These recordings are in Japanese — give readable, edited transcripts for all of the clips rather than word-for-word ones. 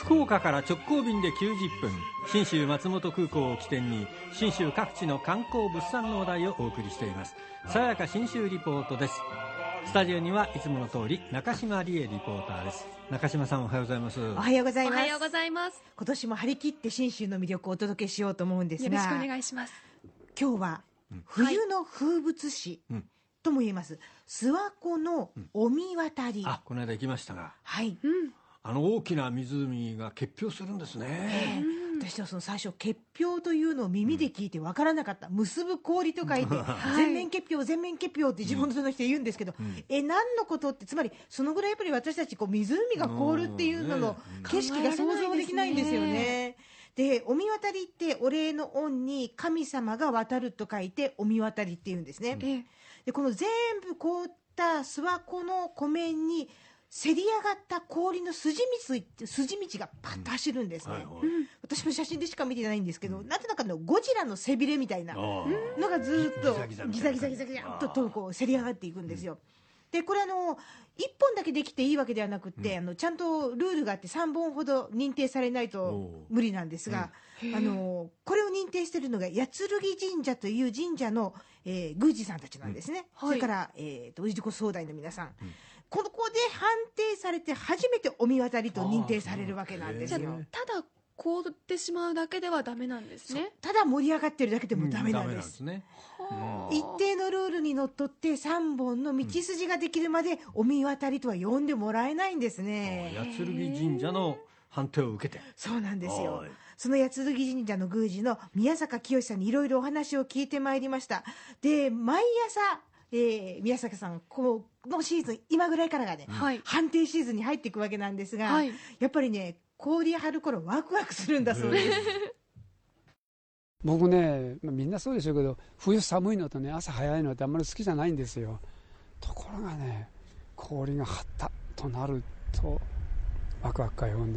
福岡から直行便で90分、信州松本空港を起点に信州各地の観光物産の話題をお送りしています。さやか信州リポートです。スタジオにはいつもの通り中島理恵リポーターです。中島さん、おはようございます。 おはようございます。 おはようございます。 今年も張り切って信州の魅力をお届けしようと思うんですが、 よろしくお願いします。 今日は冬の風物詩とも言えます諏訪湖の御神渡り、 この間行きましたが、 はい、 大きな湖が結氷するんですね。 私はその最初結氷というのを耳で聞いて分からなかった。結ぶ氷と書いて全面結氷全面結氷って地元の人言うんですけど、何のことって、つまりそのぐらいやっぱり私たち湖が凍るっていうのの景色が想像できないんですよね。で、御神渡りってお礼の御に神様が渡ると書いて御神渡りっていうんですね。で、この全部凍った諏訪湖の湖面にせり上がった氷の筋道がパッと走るんですね。私も写真でしか見てないんですけど、なんとなくゴジラの背びれみたいなのがずっとギザギザっとこうせり上がっていくんですよ。で、これ1本だけできていいわけではなくて、ちゃんとルールがあって3本ほど認定されないと無理なんですが、これを認定しているのが八剣神社という神社の、宮司さんたちなんですね。それから氏子総代の皆さん、ここで判定されて初めて御神渡りと認定されるわけなんですよ。 ただ凍ってしまうだけではダメなんですね。 ただ盛り上がってるだけでもダメなんです。一定のルールにのっとって3本の道筋ができるまで御神渡りとは呼んでもらえないんですね。 八剣神社の判定を受けて。 そうなんですよ。その八剣神社の宮司の宮坂清さんにいろいろお話を聞いてまいりました。で、毎朝宮坂さん、このシーズン今ぐらいからがね、判定シーズンに入っていくわけなんですが、やっぱりね、氷張る頃ワクワクするんだそうです。 僕ね、みんなそうでしょうけど、冬寒いのとね、朝早いのってあんまり好きじゃないんですよ。ところがね、氷が張ったとなるとワクワク通うんです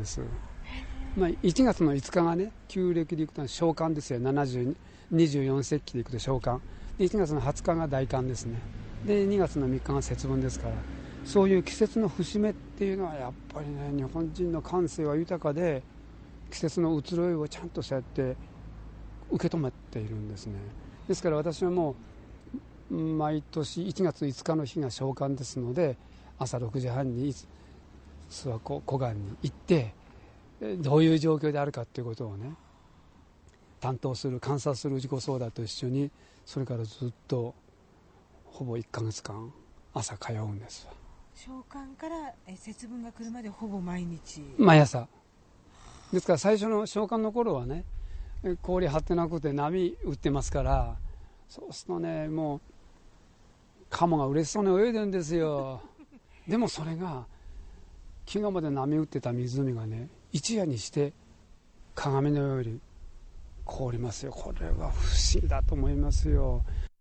。1月の5日がね、旧暦でいくと小寒ですよ。24節気でいくと小寒で、1月の20日が大寒ですね。で、2月の3日が節分ですから、そういう季節の節目っていうのはやっぱりね、日本人の感性は豊かで、季節の移ろいをちゃんとそうやって受け止めているんですね。ですから私はもう毎年1月5日の日が小寒ですので、朝6時半に諏訪湖湖岸に行って、どういう状況であるかっていうことをね、担当する観察する自己相談と一緒に、それからずっとほぼ1ヶ月間朝通うんです。 小寒から節分が来るまでほぼ毎朝ですから、最初の小寒の頃はね、氷張ってなくて波打ってますから、そうするとね、もうカモが嬉しそうに泳いでるんですよ。でもそれが昨日まで波打ってた湖がね、一夜にして鏡のように凍りますよ。これは不思議だと思いますよ。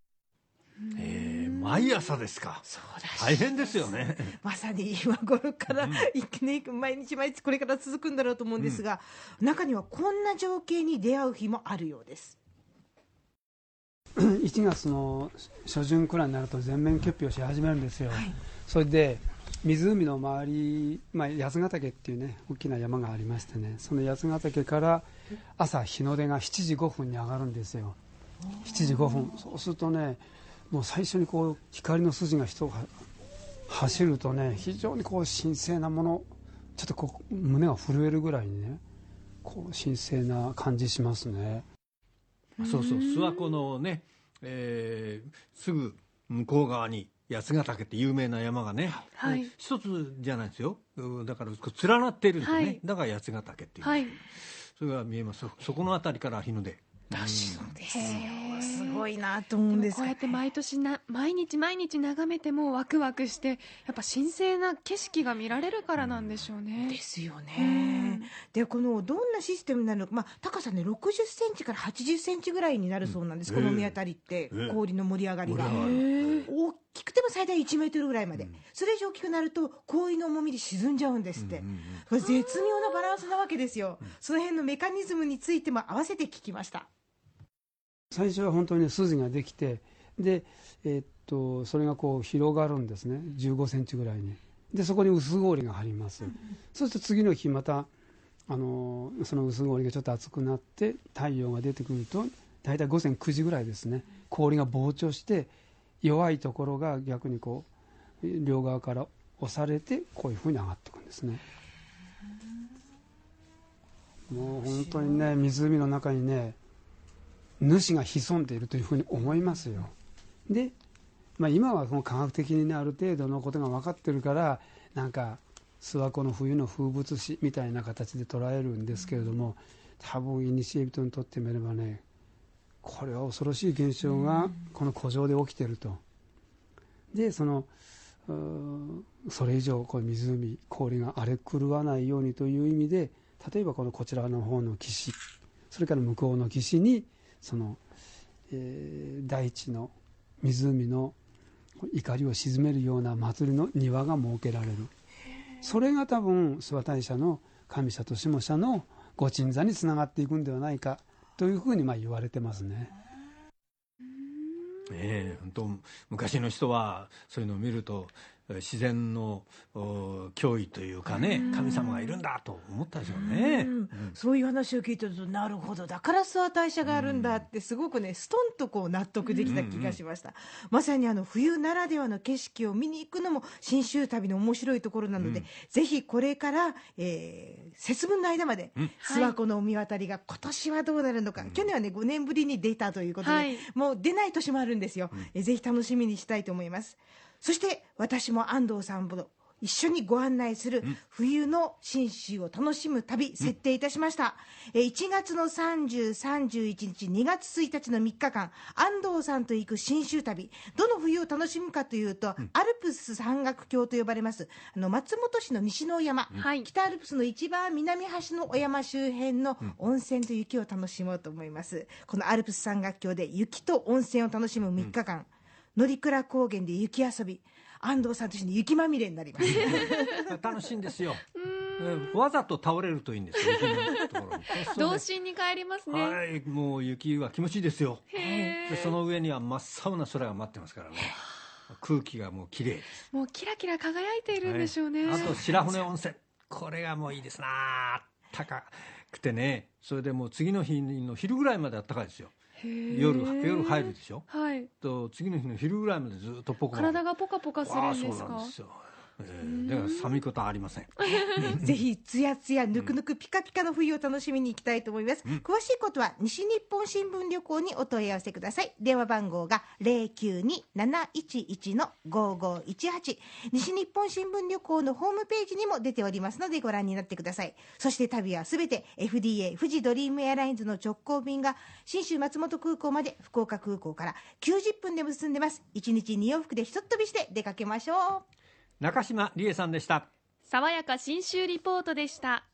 毎朝ですか。 そうだ、 大変ですよね。 まさに今頃から毎日これから続くんだろうと思うんですが、中にはこんな情景に出会う日もあるようです。 1月の初旬くらいになると全面結氷し始めるんですよ。それで湖の周り、八ヶ岳っていうね、大きな山がありましてね、その八ヶ岳から朝日の出が7時5分に上がるんですよ。7時5分。そうするとね、もう最初にこう光の筋が人が走るとね、非常にこう神聖なもの、ちょっとこう胸が震えるぐらいにね、こう神聖な感じしますね。 そうそう、諏訪湖のね、すぐ向こう側に八ヶ岳って有名な山がね、一つじゃないですよ。だから連なっているんですね。だから八ヶ岳っていう、それが見えます。そこの辺りから日の出らしいのですよ。すごいなと思うんですが、 こうやって毎年毎日眺めてもワクワクして、やっぱ神聖な景色が見られるからなんでしょうね。 ですよね。で、このどんなシステムになるのか、高さね60センチから80センチぐらいになるそうなんです。この御神渡りって氷の盛り上がりが大きくても最大1メートルぐらいまで、それ以上大きくなると氷の重みで沈んじゃうんですって。これ絶妙なバランスなわけですよ。その辺のメカニズムについても合わせて聞きました。 最初は本当に筋ができて、で、それがこう広がるんですね。15センチぐらいに。でそこに薄氷が張ります。そうすると次の日またその薄氷がちょっと厚くなって太陽が出てくると大体午前9時ぐらいですね、氷が膨張して弱いところが逆にこう両側から押されてこういうふうに上がっていくんですね。もう本当にね、湖の中にね主が潜んでいるというふうに思いますよ。で、今はその科学的にねある程度のことが分かってるからなんか諏訪湖の冬の風物詩みたいな形で捉えるんですけれども、多分古人にとってみればね、これは恐ろしい現象がこの湖上で起きていると。でそれ以上こう湖氷が荒れ狂わないようにという意味で、例えばこちらの方の岸、それから向こうの岸にその、大地の湖の怒りを鎮めるような祭りの庭が設けられる。それが多分諏訪大社の上社と下社のご鎮座につながっていくんではないかというふうに言われてますね。 本当昔の人はそういうのを見ると自然の脅威というかね、神様がいるんだと思ったでしょうね。 そういう話を聞いてると、なるほど、だから諏訪大社があるんだってすごくねストンとこう納得できた気がしました。まさに冬ならではの景色を見に行くのも信州旅の面白いところなので、ぜひこれから、節分の間まで諏訪湖の御渡りが今年はどうなるのか、去年はね5年ぶりに出たということで、もう出ない年もあるんですよ。ぜひ楽しみにしたいと思います。そして私も安藤さんと一緒にご案内する冬の信州を楽しむ旅、設定いたしました。1月の30、31日、2月1日の3日間、安藤さんと行く信州旅、どの冬を楽しむかというと、アルプス山岳橋と呼ばれます松本市の西のお山、北アルプスの一番南端のお山周辺の温泉と雪を楽しもうと思います。このアルプス山岳橋で雪と温泉を楽しむ3日間、乗鞍高原で雪遊び、安藤さんと一緒に雪まみれになります楽しいんですよ。わざと倒れるといいんですよ、雪のところに。 童心に帰りますね。 はい、もう雪は気持ちいいですよ。でその上には真っ青な空が待ってますからね。空気がもう綺麗です。 もうキラキラ輝いているんでしょうね。 あと白船温泉、これがもういいですな。高くてね、それでもう次の日の昼ぐらいまであったかいですよ。夜入るでしょ、と次の日の昼ぐらいまでずっとポカ体がポカポカするんですか。 そうなんですよ。だから寒いことはありませんぜひつやつやぬくぬくピカピカの冬を楽しみに行きたいと思います。詳しいことは西日本新聞旅行にお問い合わせください。電話番号が 092-711-5518、 西日本新聞旅行のホームページにも出ておりますのでご覧になってください。そして旅はすべて FDA 富士ドリームエアラインズの直行便が信州松本空港まで福岡空港から90分で結んでます。1日2往復でひとっ飛びして出かけましょう。 中島理恵さんでした。 爽やか信州リポートでした。